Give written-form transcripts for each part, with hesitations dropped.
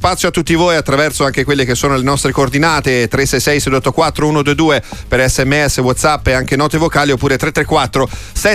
spazio a tutti voi attraverso anche quelle che sono le nostre coordinate 366 684 122 per SMS, WhatsApp e anche note vocali, oppure 334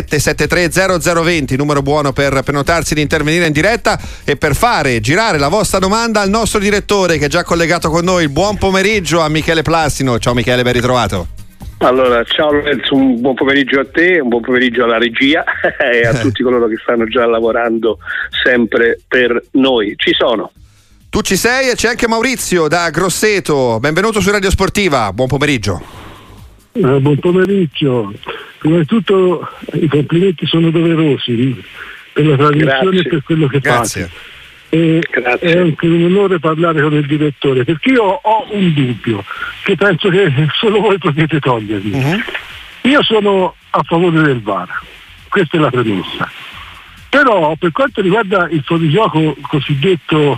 773 0020, numero buono per prenotarsi di intervenire in diretta e per fare girare la vostra domanda al nostro direttore che è già collegato con noi. Buon pomeriggio a Michele Plastino. Ciao Michele, ben ritrovato. Allora, ciao Lorenzo, un buon pomeriggio a te, un buon pomeriggio alla regia e a tutti coloro che stanno già lavorando sempre per noi. Ci sono. Tu ci sei e c'è anche Maurizio da Grosseto. Benvenuto su Radio Sportiva, buon pomeriggio. Buon pomeriggio. Prima di tutto i complimenti sono doverosi per la trasmissione e per quello che fate. È anche un onore parlare con il direttore, perché io ho un dubbio che penso che solo voi potete togliermi. Io sono a favore del VAR, questa è la premessa, però per quanto riguarda il fuorigioco cosiddetto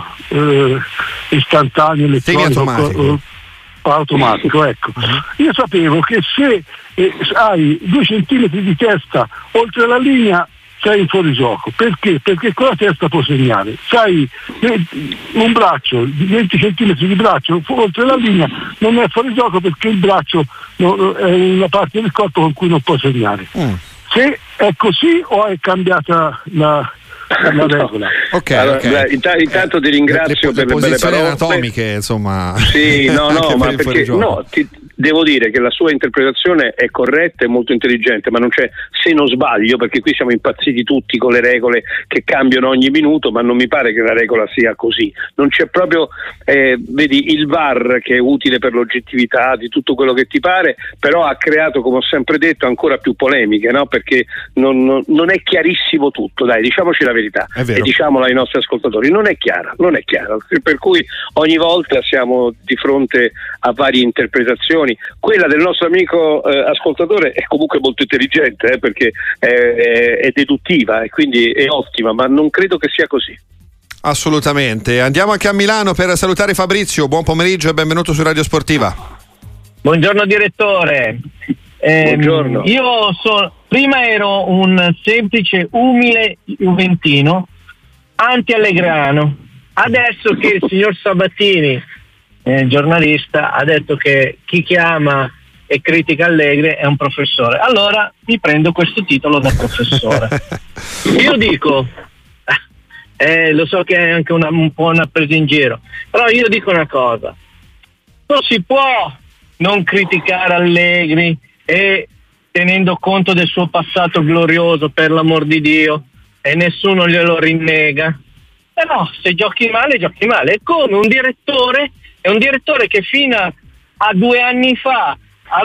istantaneo, elettronico, automatico, ecco, io sapevo che se hai 2 centimetri di testa oltre la linea sei in fuorigioco. Perché? Perché con la testa può segnare. Sai, un braccio, 20 centimetri di braccio oltre la linea non è fuorigioco, perché il braccio è una parte del corpo con cui non può segnare. Se è così o è cambiata la regola? Okay. Intanto ti ringrazio per le belle parole anatomiche, insomma. Sì, no, ma perché devo dire che la sua interpretazione è corretta e molto intelligente, ma non c'è, se non sbaglio, perché qui siamo impazziti tutti con le regole che cambiano ogni minuto, ma non mi pare che la regola sia così. Non c'è proprio, vedi, il VAR che è utile per l'oggettività di tutto quello che ti pare, però ha creato, come ho sempre detto, ancora più polemiche, no? Perché non è chiarissimo tutto, dai, diciamoci la verità e diciamola ai nostri ascoltatori, non è chiaro, per cui ogni volta siamo di fronte a varie interpretazioni. Quella del nostro amico ascoltatore è comunque molto intelligente, perché è deduttiva e quindi è ottima, ma non credo che sia così. Assolutamente. Andiamo anche a Milano per salutare Fabrizio. Buon pomeriggio e benvenuto su Radio Sportiva. Buongiorno direttore. Buongiorno. Io prima ero un semplice, umile juventino, anti-allegrano. Adesso che il signor Sabatini, giornalista, ha detto che chi chiama e critica Allegri è un professore, allora mi prendo questo titolo da professore. Io dico, lo so che è anche un po' una presa in giro, però io dico una cosa: non si può non criticare Allegri e tenendo conto del suo passato glorioso, per l'amor di Dio, e nessuno glielo rinnega, però se giochi male, giochi male. È come un direttore che fino a 2 anni fa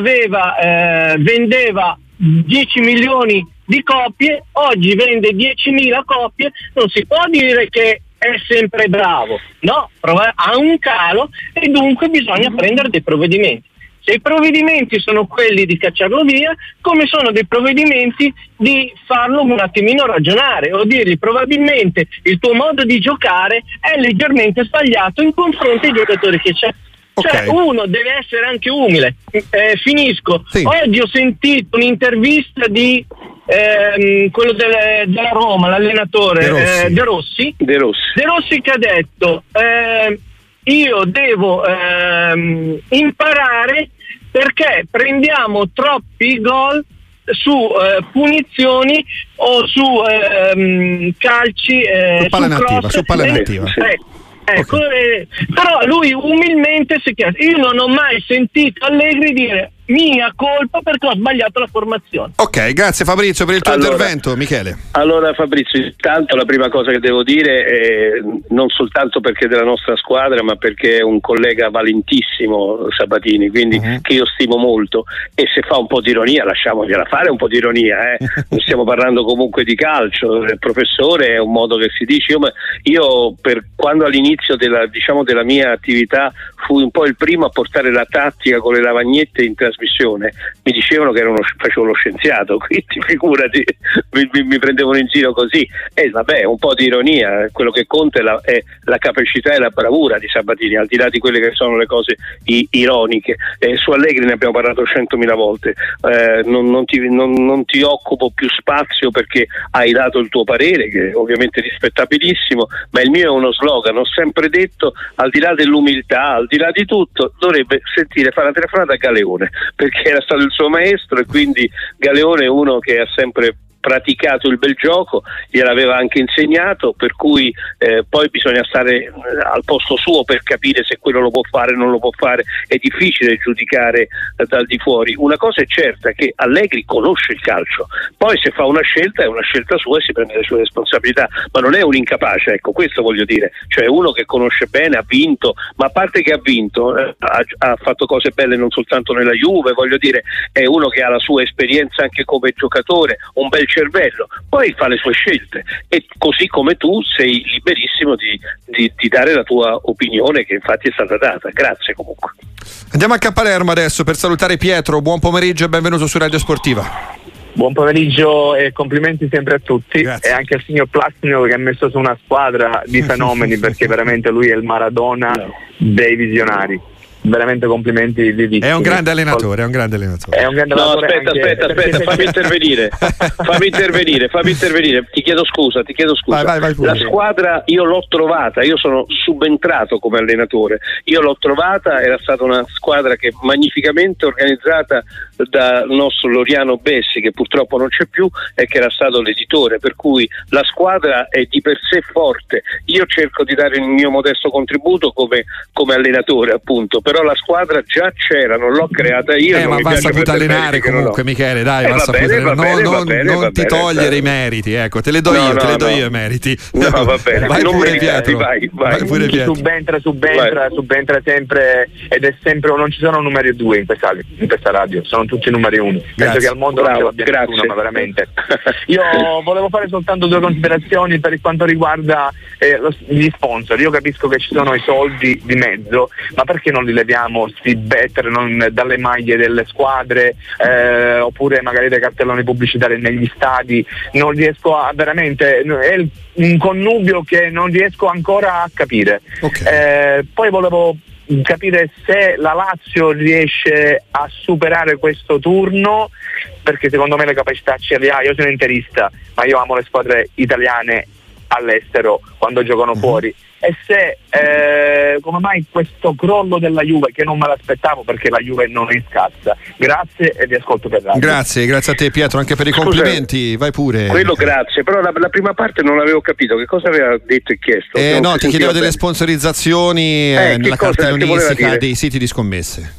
vendeva 10 milioni di copie, oggi vende 10.000 copie, non si può dire che è sempre bravo, no, ha un calo e dunque bisogna prendere dei provvedimenti. Se i provvedimenti sono quelli di cacciarlo via, come sono dei provvedimenti di farlo un attimino ragionare o dirgli probabilmente il tuo modo di giocare è leggermente sbagliato in confronto ai giocatori che c'è. Cioè, uno deve essere anche umile. Finisco. Sì. Oggi ho sentito un'intervista di quello della Roma, l'allenatore De Rossi che ha detto io devo imparare perché prendiamo troppi gol su punizioni o su calci su palla nativa. Ecco, però lui umilmente si chiede: io non ho mai sentito Allegri dire mia colpa perché ho sbagliato la formazione. Ok, grazie Fabrizio per il tuo intervento. Michele. Allora Fabrizio, intanto la prima cosa che devo dire è, non soltanto perché è della nostra squadra, ma perché è un collega valentissimo Sabatini, quindi che io stimo molto, e se fa un po' di ironia lasciamogliela fare un po' di ironia, non stiamo parlando comunque di calcio, il professore è un modo che si dice. Io per quando all'inizio della mia attività fui un po' il primo a portare la tattica con le lavagnette in trasmissione trasmissione mi dicevano che facevo lo scienziato, quindi figurati, mi prendevano in giro così. Vabbè, un po' di ironia, quello che conta è la capacità e la bravura di Sabatini, al di là di quelle che sono le cose ironiche. Su Allegri ne abbiamo parlato 100.000 volte, non ti occupo più spazio perché hai dato il tuo parere, che è ovviamente rispettabilissimo, ma il mio è uno slogan. Ho sempre detto, al di là dell'umiltà, al di là di tutto, dovrebbe fare una telefonata a Galeone, perché era stato il suo maestro, e quindi Galeone è uno che ha sempre praticato il bel gioco, gliel'aveva anche insegnato, per cui poi bisogna stare al posto suo per capire se quello lo può fare o non lo può fare. È difficile giudicare dal di fuori. Una cosa è certa, che Allegri conosce il calcio, poi se fa una scelta è una scelta sua e si prende le sue responsabilità, ma non è un incapace, ecco, questo voglio dire, cioè uno che conosce bene, ha vinto, ma a parte che ha vinto, ha fatto cose belle non soltanto nella Juve, voglio dire, è uno che ha la sua esperienza anche come giocatore, un bel cervello, poi fa le sue scelte, e così come tu sei liberissimo di dare la tua opinione, che infatti è stata data. Grazie comunque. Andiamo a Palermo adesso per salutare Pietro. Buon pomeriggio e benvenuto su Radio Sportiva. Buon pomeriggio e complimenti sempre a tutti. Grazie. E anche al signor Plasmino, che ha messo su una squadra di fenomeni, perché veramente lui è il Maradona dei visionari. Veramente complimenti di È un grande allenatore, No, aspetta, fammi intervenire. Ti chiedo scusa. Vai La squadra io l'ho trovata, io sono subentrato come allenatore. Io l'ho trovata, era stata una squadra che magnificamente organizzata dal nostro Loriano Bessi, che purtroppo non c'è più e che era stato l'editore, per cui la squadra è di per sé forte. Io cerco di dare il mio modesto contributo come allenatore, appunto, però la squadra già c'era, non l'ho creata io. Ma va saputo allenare comunque, Michele, dai, non ti togliere i meriti, ecco, te le do io i meriti. No, va bene, vai non pure Pietro. Vai pure Pietro. Subentra sempre, ed è sempre, non ci sono numeri 2 in questa radio, sono tutti numeri 1. Penso che al mondo non ce l'abbia nessuno, ma veramente. Io volevo fare soltanto 2 considerazioni per quanto riguarda gli sponsor. Io capisco che ci sono i soldi di mezzo, ma perché non li leviamo sti better dalle maglie delle squadre, oppure magari dai cartelloni pubblicitari negli stadi? Non riesco a, veramente, è un connubio che non riesco ancora a capire. Okay. Poi volevo capire se la Lazio riesce a superare questo turno, perché secondo me le capacità ce le ha. Io sono interista, ma io amo le squadre italiane all'estero quando giocano fuori. E se come mai questo crollo della Juve, che non me l'aspettavo, perché la Juve non è scassa. Grazie e vi ascolto per radio. Grazie a te Pietro, anche per i complimenti. Vai pure. Quello grazie, però la prima parte non avevo capito che cosa aveva detto e chiesto. No, ti chiedevo delle sponsorizzazioni nella cartellonistica dei siti di scommesse.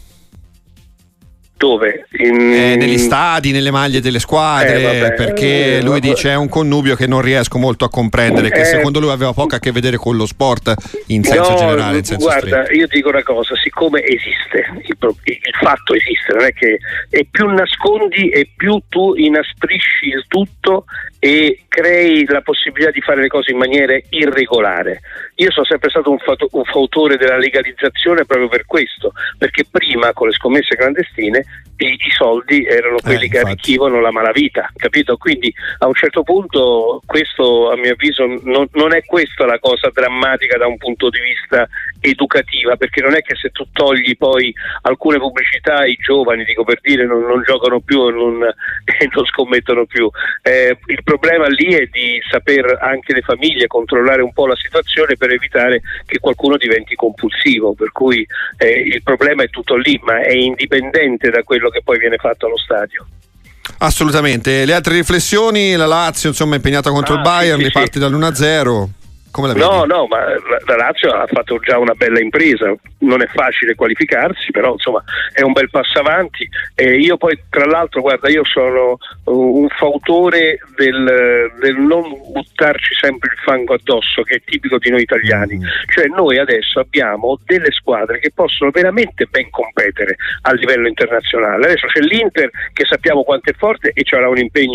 Dove? Negli stadi, nelle maglie delle squadre, perché lui dice è un connubio che non riesco molto a comprendere, che secondo lui aveva poco a che vedere con lo sport in senso generale, in senso guarda, stretto. Io dico una cosa, siccome esiste, il fatto esiste, non è che, e più nascondi e più tu inasprisci il tutto e crei la possibilità di fare le cose in maniera irregolare. Io sono sempre stato un fautore della legalizzazione proprio per questo, perché prima con le scommesse clandestine i soldi erano quelli che arricchivano la malavita, capito? Quindi a un certo punto questo, a mio avviso, non è questa la cosa drammatica da un punto di vista educativa, perché non è che se tu togli poi alcune pubblicità i giovani, dico per dire, non giocano più e non scommettono più. Il problema lì è di saper anche le famiglie controllare un po' la situazione per evitare che qualcuno diventi compulsivo, per cui il problema è tutto lì, ma è indipendente da quello che poi viene fatto allo stadio. Assolutamente. Le altre riflessioni? La Lazio insomma è impegnata contro il Bayern, riparte dall'1-0. Come la vedi? No, ma la Lazio ha fatto già una bella impresa, non è facile qualificarsi, però insomma è un bel passo avanti. Io poi tra l'altro, guarda, io sono un fautore del non buttarci sempre il fango addosso, che è tipico di noi italiani. Cioè noi adesso abbiamo delle squadre che possono veramente ben competere a livello internazionale. Adesso c'è l'Inter, che sappiamo quanto è forte e ci avrà un impegno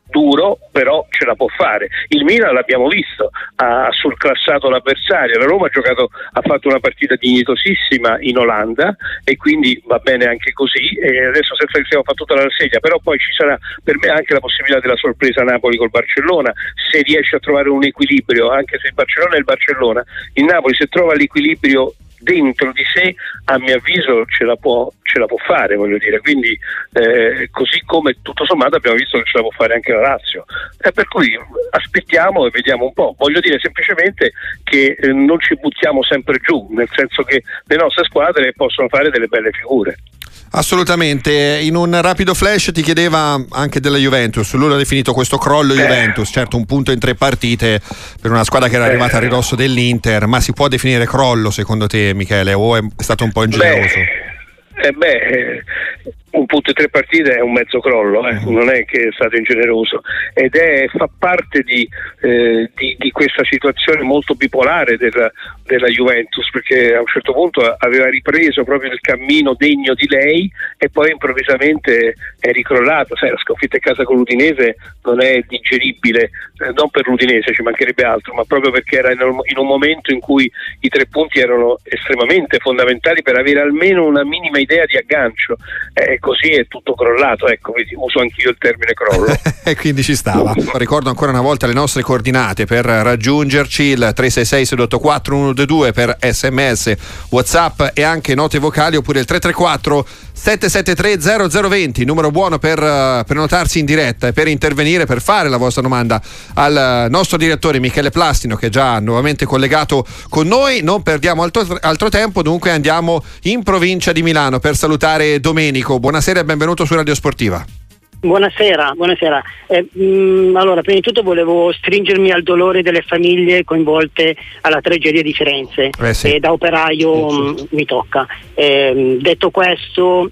duro, però ce la può fare. Il Milan l'abbiamo visto, ha surclassato l'avversario, la Roma ha fatto una partita dignitosissima in Olanda e quindi va bene anche così, e adesso senza che stiamo fatto tutta la rassegna, però poi ci sarà per me anche la possibilità della sorpresa Napoli col Barcellona, se riesce a trovare un equilibrio, anche se il Barcellona è il Barcellona, il Napoli se trova l'equilibrio dentro di sé, a mio avviso ce la può fare, voglio dire, quindi così come tutto sommato abbiamo visto che ce la può fare anche la Lazio, per cui aspettiamo e vediamo un po'. Voglio dire semplicemente che non ci buttiamo sempre giù, nel senso che le nostre squadre possono fare delle belle figure. Assolutamente. In un rapido flash ti chiedeva anche della Juventus, lui ha definito questo crollo Juventus, certo un punto in 3 partite per una squadra che era arrivata a ridosso dell'Inter, ma si può definire crollo secondo te, Michele, o è stato un po' ingeneroso? Un punto in 3 partite è un mezzo crollo, non è che è stato ingeneroso, ed fa parte di questa situazione molto bipolare della Juventus, perché a un certo punto aveva ripreso proprio il cammino degno di lei e poi improvvisamente è ricrollata. Sai, la sconfitta in casa con l'Udinese non è digeribile, non per l'Udinese, ci mancherebbe altro, ma proprio perché era in un momento in cui i 3 punti erano estremamente fondamentali per avere almeno una minima idea di aggancio, così è tutto crollato, ecco, quindi uso anch'io il termine crollo. E quindi ci stava. Ricordo ancora una volta le nostre coordinate per raggiungerci: il 366 684 122 per SMS, WhatsApp e anche note vocali, oppure il 334 773 0020, numero buono per prenotarsi in diretta e per intervenire, per fare la vostra domanda al nostro direttore Michele Plastino, che è già nuovamente collegato con noi. Non perdiamo altro tempo, dunque andiamo in provincia di Milano per salutare Domenico. Buonasera e benvenuto su Radio Sportiva. Buonasera. Allora, prima di tutto volevo stringermi al dolore delle famiglie coinvolte alla tragedia di Firenze, sì. Da operaio mi tocca. Detto questo,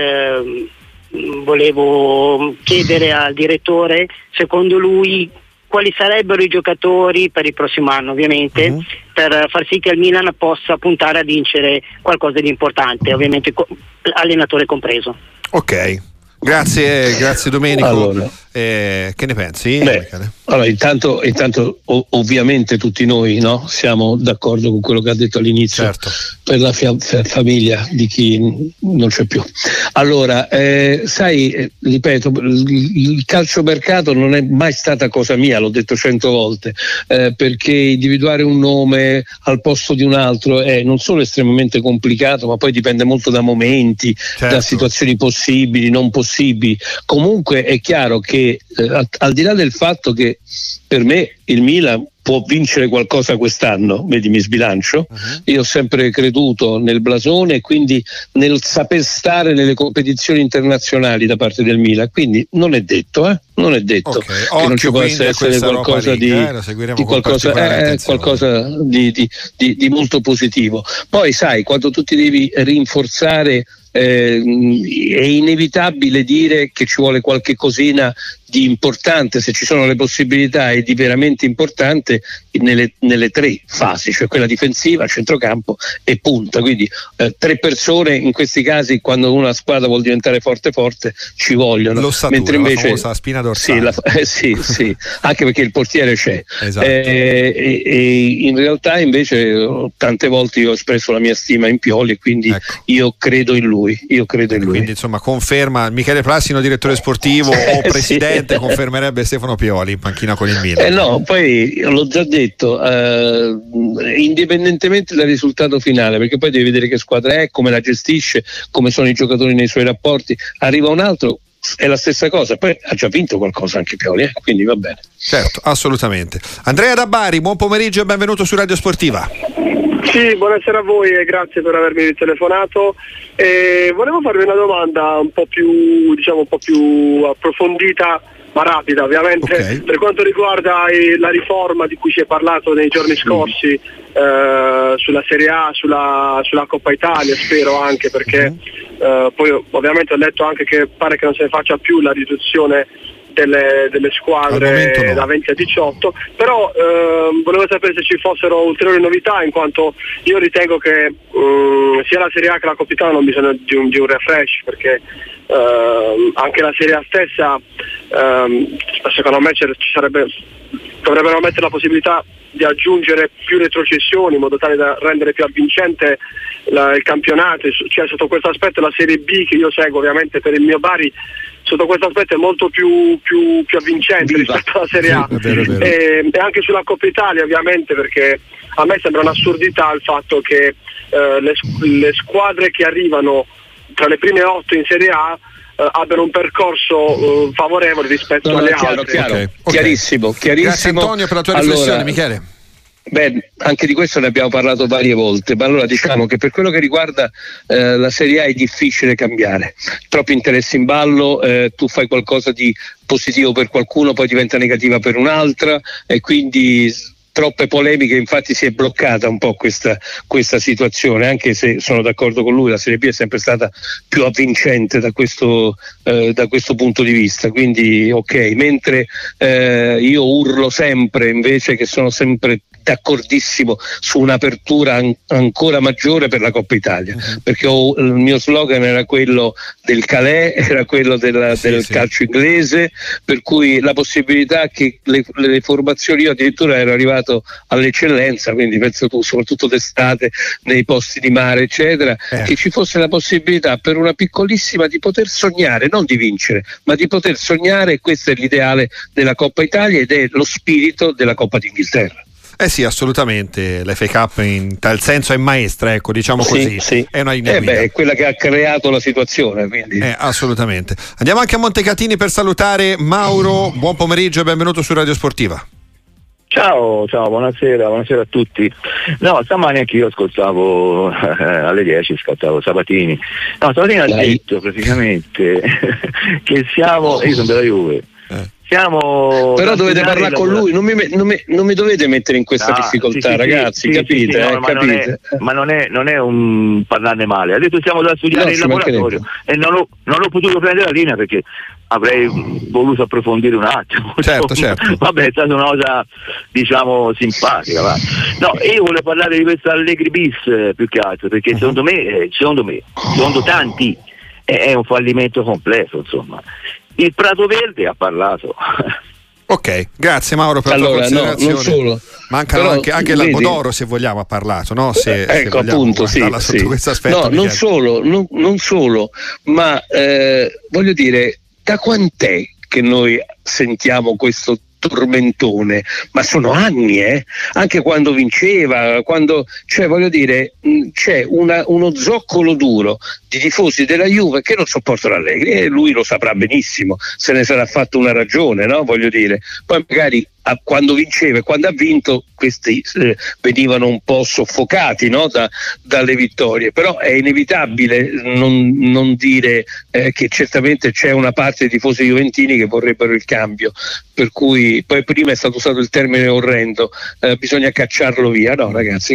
volevo chiedere al direttore, secondo lui, quali sarebbero i giocatori per il prossimo anno, ovviamente, per far sì che il Milan possa puntare a vincere qualcosa di importante, ovviamente allenatore compreso. Ok. Grazie Domenico. Allora, che ne pensi? Allora, intanto ovviamente tutti noi, no, siamo d'accordo con quello che ha detto all'inizio, certo, per la famiglia di chi non c'è più. Allora, sai, ripeto, il calciomercato non è mai stata cosa mia, l'ho detto 100 volte, perché individuare un nome al posto di un altro è non solo estremamente complicato, ma poi dipende molto da momenti, certo, da situazioni possibili, non possibili. Comunque è chiaro che al di là del fatto che per me il Milan può vincere qualcosa quest'anno, vedi, mi sbilancio, io ho sempre creduto nel blasone e quindi nel saper stare nelle competizioni internazionali da parte del Milan, quindi non è detto che non ci possa essere qualcosa di molto positivo. Poi sai, quando tu ti devi rinforzare, è inevitabile dire che ci vuole qualche cosina di importante, se ci sono le possibilità, e di veramente importante nelle 3 fasi, cioè quella difensiva, centrocampo e punta. Quindi 3 persone in questi casi, quando una squadra vuol diventare forte ci vogliono. L'ossatura, mentre invece la famosa spina dorsale. Sì, anche perché il portiere c'è. Esatto. E in realtà invece tante volte io ho espresso la mia stima in Pioli, e quindi io credo in lui. Quindi insomma conferma Michele Plastino, direttore sportivo o presidente, confermerebbe Stefano Pioli in panchina con il Milan. No, poi l'ho già detto, indipendentemente dal risultato finale, perché poi devi vedere che squadra è, come la gestisce, come sono i giocatori nei suoi rapporti. Arriva un altro, è la stessa cosa, poi ha già vinto qualcosa anche Pioli, quindi va bene. Certo, assolutamente. Andrea da Bari, buon pomeriggio e benvenuto su Radio Sportiva. Sì, buonasera a voi e grazie per avermi telefonato. Volevo farvi una domanda un po' più approfondita, ma rapida ovviamente, okay, per quanto riguarda la riforma di cui si è parlato nei giorni scorsi, sulla Serie A, sulla Coppa Italia, spero anche, perché poi ovviamente ho letto anche che pare che non se ne faccia più la riduzione delle squadre da 20 a 18, però volevo sapere se ci fossero ulteriori novità, in quanto io ritengo che sia la Serie A che la Coppa Italia non bisogna di un refresh, perché anche la Serie A stessa secondo me dovrebbero mettere la possibilità di aggiungere più retrocessioni in modo tale da rendere più avvincente il campionato, cioè sotto questo aspetto la Serie B, che io seguo ovviamente per il mio Bari, sotto questo aspetto è molto più avvincente rispetto alla Serie A. Vero. E anche sulla Coppa Italia ovviamente, perché a me sembra un'assurdità il fatto che le squadre che arrivano tra le prime 8 in Serie A abbiano un percorso favorevole rispetto alle altre. Chiaro. Okay. Chiarissimo. Grazie Antonio per la tua riflessione. Michele. Beh, anche di questo ne abbiamo parlato varie volte, ma allora diciamo che per quello che riguarda la Serie A è difficile cambiare, troppi interessi in ballo, tu fai qualcosa di positivo per qualcuno, poi diventa negativa per un'altra, e quindi troppe polemiche, infatti si è bloccata un po' questa situazione, anche se sono d'accordo con lui, la Serie B è sempre stata più avvincente da questo punto di vista, quindi ok, mentre io urlo sempre invece che sono sempre d'accordissimo su un'apertura ancora maggiore per la Coppa Italia, perché il mio slogan era quello del Calais, era quello del calcio inglese, per cui la possibilità che le formazioni, io addirittura ero arrivato all'eccellenza, quindi penso tu, soprattutto d'estate nei posti di mare eccetera, che ci fosse la possibilità per una piccolissima di poter sognare, non di vincere, ma di poter sognare, e questo è l'ideale della Coppa Italia ed è lo spirito della Coppa d'Inghilterra. Sì, assolutamente, l'FA Cup in tal senso è maestra, ecco, diciamo così. Sì. È una linea guida. È quella che ha creato la situazione, quindi. Assolutamente. Andiamo anche a Montecatini per salutare Mauro. Buon pomeriggio e benvenuto su Radio Sportiva. Ciao, buonasera a tutti. No, stamani anche io ascoltavo alle 10, ascoltavo Sabatini. No, Sabatini ha detto praticamente che io sono della Juve. Però dovete parlare con lui, non mi dovete mettere in questa difficoltà, ragazzi, capite? Capite? Ma non è un parlarne male. Ha detto stiamo da studiare il laboratorio e non ho potuto prendere la linea perché avrei voluto approfondire un attimo. Certo. Vabbè, è stata una cosa diciamo simpatica. Va. No, io volevo parlare di questa Allegri bis più che altro, perché secondo tanti è un fallimento completo, insomma. Il Prato Verde ha parlato. Ok, grazie Mauro per la tua considerazione. Non solo. Mancano anche l'Albo d'Oro, se vogliamo, ha parlato, no? Se appunto, sotto questo aspetto. No, non solo, ma voglio dire, da quant'è che noi sentiamo questo tormentone, ma sono anni, anche quando vinceva, cioè voglio dire, c'è uno zoccolo duro di tifosi della Juve che non sopportano Allegri, e lui lo saprà benissimo, se ne sarà fatto una ragione, no? Voglio dire, poi magari quando vinceva e quando ha vinto questi venivano un po' soffocati, no? dalle vittorie, però è inevitabile non dire che certamente c'è una parte dei tifosi juventini che vorrebbero il cambio, per cui poi prima è stato usato il termine orrendo, bisogna cacciarlo via. No ragazzi,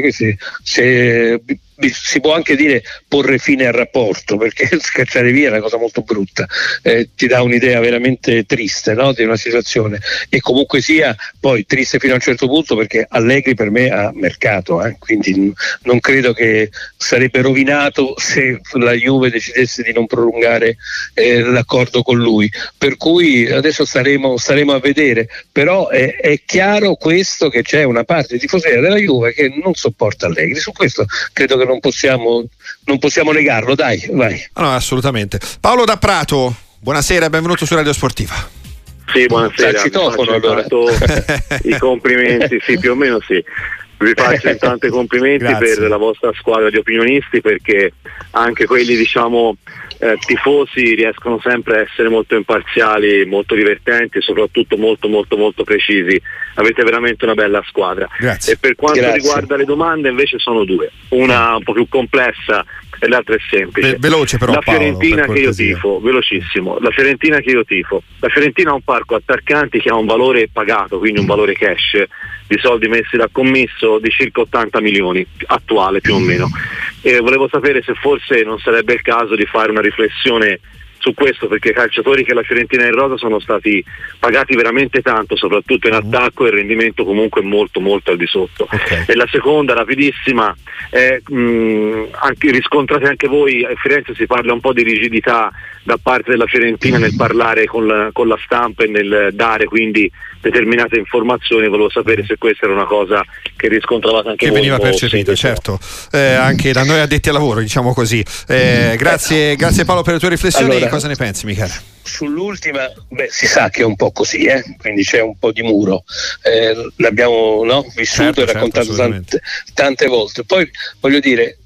si può anche dire porre fine al rapporto, perché scacciare via è una cosa molto brutta, ti dà un'idea veramente triste, no? Di una situazione, e comunque sia poi triste fino a un certo punto, perché Allegri per me ha mercato, quindi non credo che sarebbe rovinato se la Juve decidesse di non prolungare l'accordo con lui, per cui adesso staremo a vedere, però è chiaro questo, che c'è una parte tifoseria della Juve che non sopporta Allegri, su questo credo che non possiamo negarlo, dai, vai. No, assolutamente. Paolo da Prato, buonasera e benvenuto su Radio Sportiva. Sì, buonasera. Allora. I complimenti, sì, più o meno sì. Vi faccio intanto i complimenti per la vostra squadra di opinionisti, perché anche quelli tifosi riescono sempre a essere molto imparziali, molto divertenti e soprattutto molto molto molto precisi. Avete veramente una bella squadra. Grazie. E per quanto riguarda le domande invece sono due, una un po' più complessa e l'altra è semplice. Veloce però, la Fiorentina Paolo, che io tifo, velocissimo, la Fiorentina che io tifo. La Fiorentina ha un parco attaccanti che ha un valore pagato, quindi un valore cash di soldi messi da commisso di circa 80 milioni attuale più o meno, e volevo sapere se forse non sarebbe il caso di fare una riflessione su questo, perché i calciatori che la Fiorentina in rosa sono stati pagati veramente tanto, soprattutto in attacco, e il rendimento comunque molto molto al di sotto. E la seconda, rapidissima, è riscontrate anche voi, a Firenze si parla un po' di rigidità da parte della Fiorentina nel parlare con la stampa e nel dare quindi determinate informazioni. Volevo sapere se questa era una cosa che riscontravate anche voi. Che veniva percepita, certo, anche da noi addetti al lavoro, diciamo così. Grazie Paolo per le tue riflessioni. Allora, cosa ne pensi, Michele? Sull'ultima, si sa che è un po' così, quindi c'è un po' di muro, l'abbiamo vissuto e raccontato tante volte. Poi voglio dire,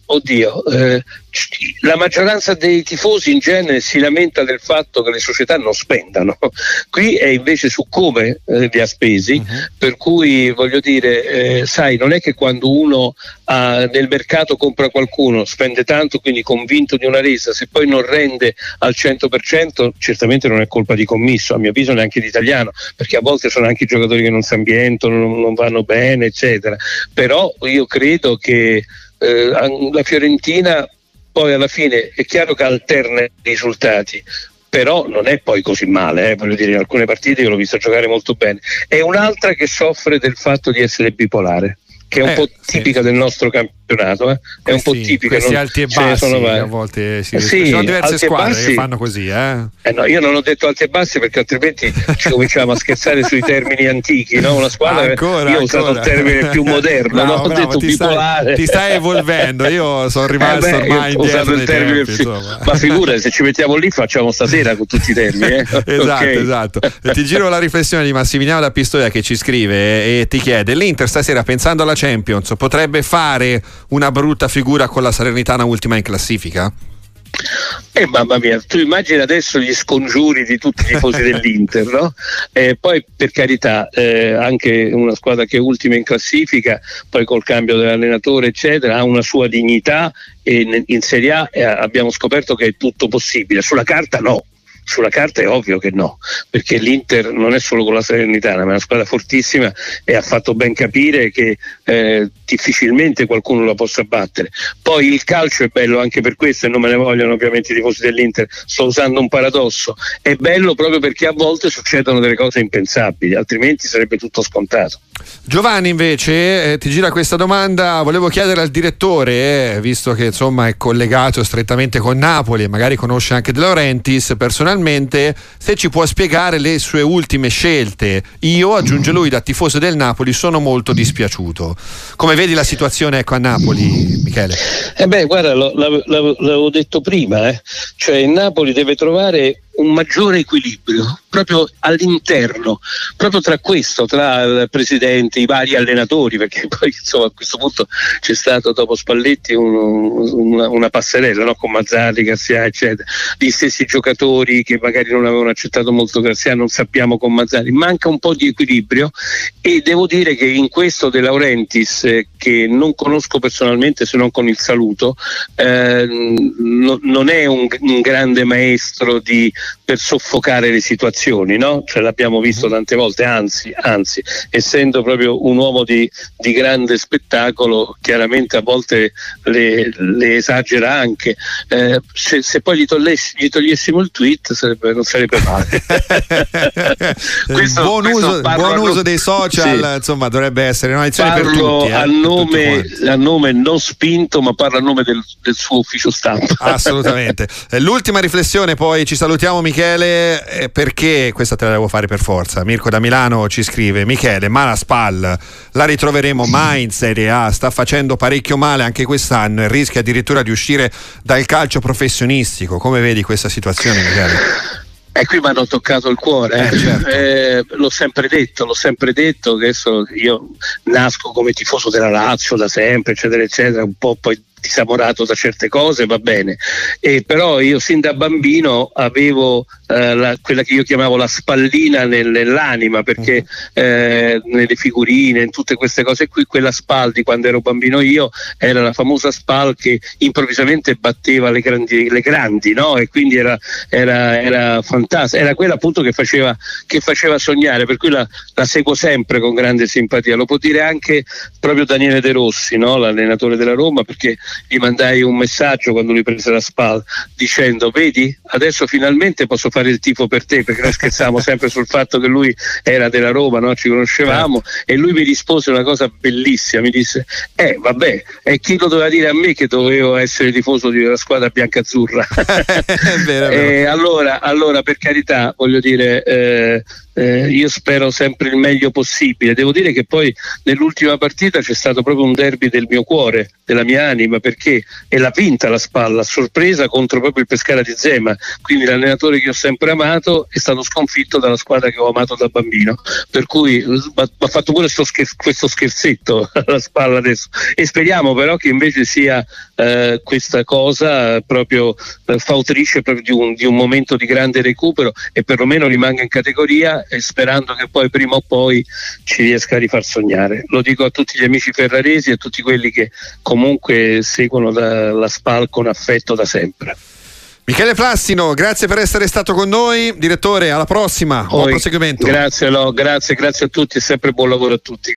la maggioranza dei tifosi in genere si lamenta del fatto che le società non spendano. Qui è invece su come li ha spesi, per cui voglio dire, sai, non è che quando uno nel mercato compra qualcuno, spende tanto, quindi convinto di una resa, se poi non rende al 100%, certamente non è colpa di commisso, a mio avviso neanche di Italiano, perché a volte sono anche i giocatori che non si ambientano, non vanno bene, eccetera. Però io credo che la Fiorentina poi alla fine è chiaro che alterna i risultati, però non è poi così male, voglio dire, in alcune partite io l'ho visto giocare molto bene. È un'altra che soffre del fatto di essere bipolare, che è un po' tipica del nostro campionato, è un po' tipica. Questi alti e bassi a volte ci sono diverse squadre che fanno così. No, io non ho detto alti e bassi perché altrimenti ci cominciamo a scherzare sui termini antichi, no? Una squadra, io ho usato il termine più moderno, ho detto bipolare. Ti stai evolvendo, io sono rimasto ormai indietro il termine ma figura, se ci mettiamo lì facciamo stasera con tutti i termini. Esatto. Ti giro la riflessione di Massimiliano da Pistoia, che ci scrive e ti chiede: l'Inter stasera, pensando alla Champions, potrebbe fare una brutta figura con la Salernitana ultima in classifica? Mamma mia, tu immagini adesso gli scongiuri di tutti i tifosi dell'Inter, no? Poi per carità, anche una squadra che è ultima in classifica, poi col cambio dell'allenatore eccetera, ha una sua dignità, e in Serie A abbiamo scoperto che è tutto possibile. Sulla carta no. Sulla carta è ovvio che no, perché l'Inter non è solo con la Salernitana, ma è una squadra fortissima e ha fatto ben capire che difficilmente qualcuno la possa battere. Poi il calcio è bello anche per questo, e non me ne vogliono ovviamente i tifosi dell'Inter, sto usando un paradosso, è bello proprio perché a volte succedono delle cose impensabili, altrimenti sarebbe tutto scontato. Giovanni invece ti gira questa domanda: volevo chiedere al direttore, visto che insomma è collegato strettamente con Napoli e magari conosce anche De Laurentiis personalmente, se ci può spiegare le sue ultime scelte. Io, aggiunge lui, da tifoso del Napoli sono molto dispiaciuto. Come vedi la situazione a Napoli, Michele? Guarda, l'avevo detto prima, cioè il Napoli deve trovare un maggiore equilibrio proprio all'interno, proprio tra il presidente, i vari allenatori, perché poi insomma a questo punto c'è stato dopo Spalletti una passerella, no? Con Mazzarri, Garcia eccetera, gli stessi giocatori che magari non avevano accettato molto Garcia, non sappiamo con Mazzarri, manca un po' di equilibrio, e devo dire che in questo De Laurentiis, che non conosco personalmente se non con il saluto, non è un grande maestro per soffocare le situazioni, no? Cioè, l'abbiamo visto tante volte, anzi, essendo proprio un uomo di grande spettacolo, chiaramente a volte le esagera anche. Se poi gli togliessimo il tweet non sarebbe male. Buon uso dei social, sì. Insomma, dovrebbe essere una lezione per tutti. A nome non spinto, ma parla a nome del suo ufficio stampa. Assolutamente. L'ultima riflessione, poi ci salutiamo, Michele, perché questa te la devo fare per forza. Mirko da Milano ci scrive: Michele, ma la SPAL la ritroveremo mai in Serie A? Sta facendo parecchio male anche quest'anno e rischia addirittura di uscire dal calcio professionistico. Come vedi questa situazione, Michele? Qui mi hanno toccato il cuore, certo. L'ho sempre detto che adesso io nasco come tifoso della Lazio da sempre, eccetera eccetera, un po' poi disamorato da certe cose, va bene, però io sin da bambino avevo quella che io chiamavo la spallina nell'anima, perché nelle figurine, in tutte queste cose qui, quella SPAL di quando ero bambino io era la famosa SPAL che improvvisamente batteva le grandi, no? E quindi era fantastica, era quella appunto che faceva sognare, per cui la seguo sempre con grande simpatia. Lo può dire anche proprio Daniele De Rossi, no? L'allenatore della Roma, perché gli mandai un messaggio quando lui prese la SPAL dicendo: vedi, adesso finalmente posso fare il tifo per te, perché noi scherzavamo sempre sul fatto che lui era della Roma, no? Ci conoscevamo, e lui mi rispose una cosa bellissima, mi disse: vabbè, e chi lo doveva dire a me che dovevo essere tifoso della squadra biancazzurra? È vero. Allora, per carità, voglio dire, io spero sempre il meglio possibile. Devo dire che poi nell'ultima partita c'è stato proprio un derby del mio cuore, della mia anima, perché l'ha vinta la SPAL a sorpresa contro proprio il Pescara di Zema, quindi l'allenatore che ho sempre amato è stato sconfitto dalla squadra che ho amato da bambino, per cui ha fatto pure questo scherzetto la SPAL adesso, e speriamo però che invece sia questa cosa proprio fautrice proprio di un momento di grande recupero, e perlomeno rimanga in categoria, e sperando che poi prima o poi ci riesca a rifar sognare. Lo dico a tutti gli amici ferraresi e a tutti quelli che comunque seguono la SPAL con affetto da sempre. Michele Plastino, grazie per essere stato con noi. Direttore, alla prossima, buon proseguimento. Grazie a tutti e sempre buon lavoro a tutti.